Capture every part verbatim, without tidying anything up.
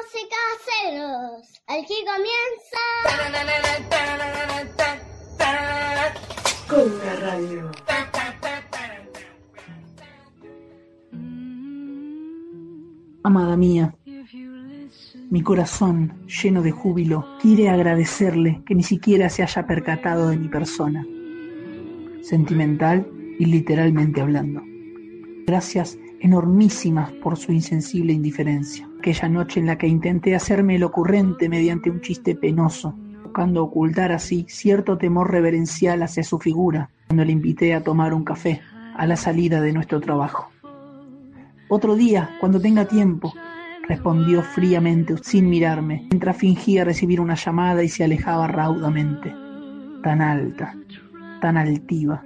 y caseros. Aquí comienza Conga Radio. Amada mía, mi corazón, lleno de júbilo, quiere agradecerle que ni siquiera se haya percatado de mi persona, sentimental y literalmente hablando. Gracias enormísimas por su insensible indiferencia. Aquella noche en la que intenté hacerme el ocurrente mediante un chiste penoso, buscando ocultar así cierto temor reverencial hacia su figura, cuando le invité a tomar un café a la salida de nuestro trabajo. Otro día, cuando tenga tiempo, respondió fríamente sin mirarme, mientras fingía recibir una llamada y se alejaba raudamente. Tan alta, tan altiva.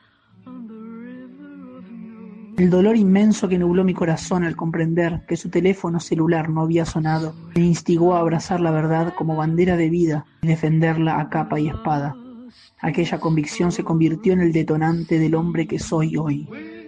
El dolor inmenso que nubló mi corazón al comprender que su teléfono celular no había sonado me instigó a abrazar la verdad como bandera de vida y defenderla a capa y espada. Aquella convicción se convirtió en el detonante del hombre que soy hoy.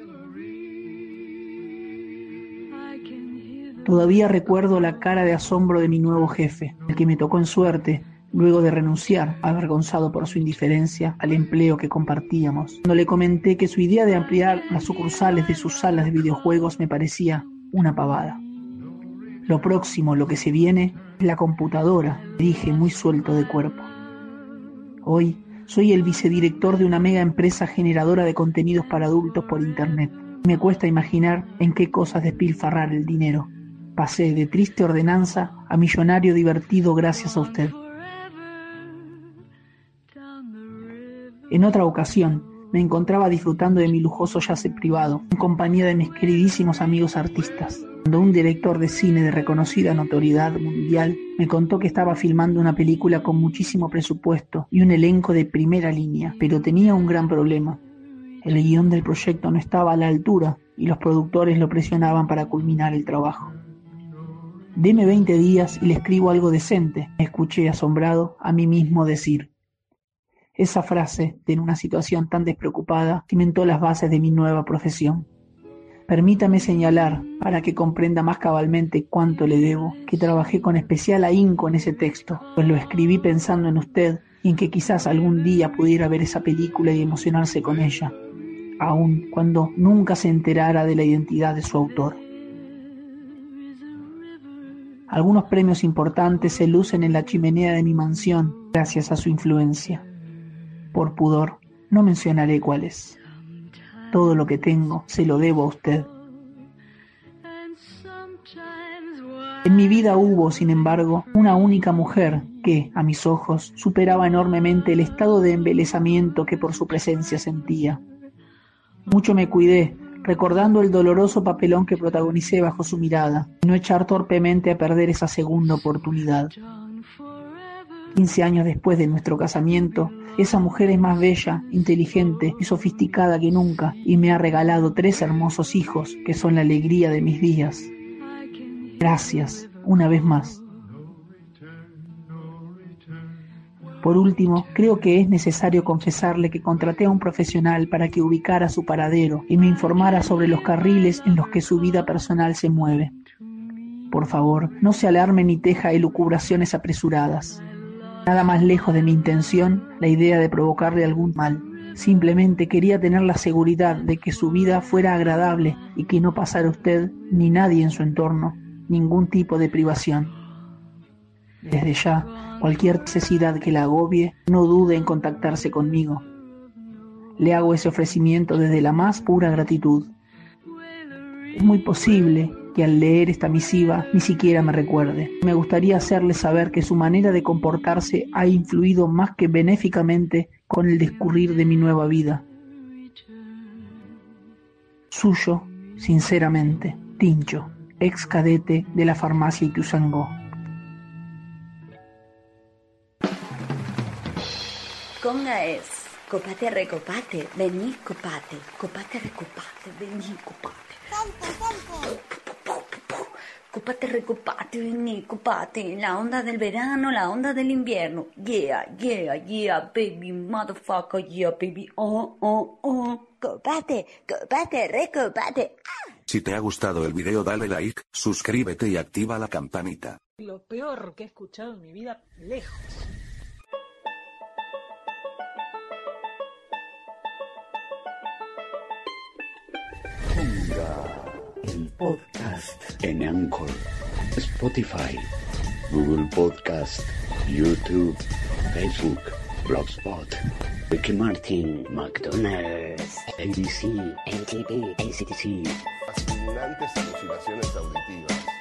Todavía recuerdo la cara de asombro de mi nuevo jefe, el que me tocó en suerte, luego de renunciar, avergonzado por su indiferencia, al empleo que compartíamos. Cuando le comenté que su idea de ampliar las sucursales de sus salas de videojuegos me parecía una pavada. Lo próximo, lo que se viene, es la computadora, dije muy suelto de cuerpo. Hoy soy el vicedirector de una mega empresa generadora de contenidos para adultos por internet. Me cuesta imaginar en qué cosas despilfarrar el dinero. Pasé de triste ordenanza a millonario divertido gracias a usted. En otra ocasión, me encontraba disfrutando de mi lujoso yate privado, en compañía de mis queridísimos amigos artistas, cuando un director de cine de reconocida notoriedad mundial me contó que estaba filmando una película con muchísimo presupuesto y un elenco de primera línea, pero tenía un gran problema. El guión del proyecto no estaba a la altura y los productores lo presionaban para culminar el trabajo. Deme veinte días y le escribo algo decente, me escuché asombrado a mí mismo decir. Esa frase, en una situación tan despreocupada, cimentó las bases de mi nueva profesión. Permítame señalar, para que comprenda más cabalmente cuánto le debo, que trabajé con especial ahínco en ese texto, pues lo escribí pensando en usted y en que quizás algún día pudiera ver esa película y emocionarse con ella, aun cuando nunca se enterara de la identidad de su autor. Algunos premios importantes se lucen en la chimenea de mi mansión gracias a su influencia. Por pudor, no mencionaré cuáles. Todo lo que tengo se lo debo a usted. En mi vida hubo, sin embargo, una única mujer que, a mis ojos, superaba enormemente el estado de embelesamiento que por su presencia sentía. Mucho me cuidé, recordando el doloroso papelón que protagonicé bajo su mirada, y no echar torpemente a perder esa segunda oportunidad. Quince años después de nuestro casamiento, esa mujer es más bella, inteligente y sofisticada que nunca, y me ha regalado tres hermosos hijos que son la alegría de mis días. Gracias, una vez más. Por último, creo que es necesario confesarle que contraté a un profesional para que ubicara su paradero y me informara sobre los carriles en los que su vida personal se mueve. Por favor, no se alarme ni teja elucubraciones apresuradas. Nada más lejos de mi intención la idea de provocarle algún mal. Simplemente quería tener la seguridad de que su vida fuera agradable y que no pasara usted ni nadie en su entorno ningún tipo de privación. Desde ya, cualquier necesidad que la agobie, no dude en contactarse conmigo. Le hago ese ofrecimiento desde la más pura gratitud. Es muy posible que al leer esta misiva ni siquiera me recuerde. Me gustaría hacerle saber que su manera de comportarse ha influido más que benéficamente con el discurrir de mi nueva vida. Suyo, sinceramente, Tincho, ex cadete de la farmacia Ituzaingó. Conga es copate recopate, vení copate, copate recopate, vení copate. Copate, recopate, vení, copate. La onda del verano, la onda del invierno. Yeah, yeah, yeah, baby, motherfucker, yeah, baby. Oh, oh, oh. Copate, copate, recopate. Si te ha gustado el video, dale like, suscríbete y activa la campanita. Lo peor que he escuchado en mi vida, lejos. El podcast en Anchor, Spotify, Google Podcast, YouTube, Facebook, Blogspot, Ricky Martin, McDonald's, A B C, M T V, A C T C. Fascinantes alucinaciones auditivas.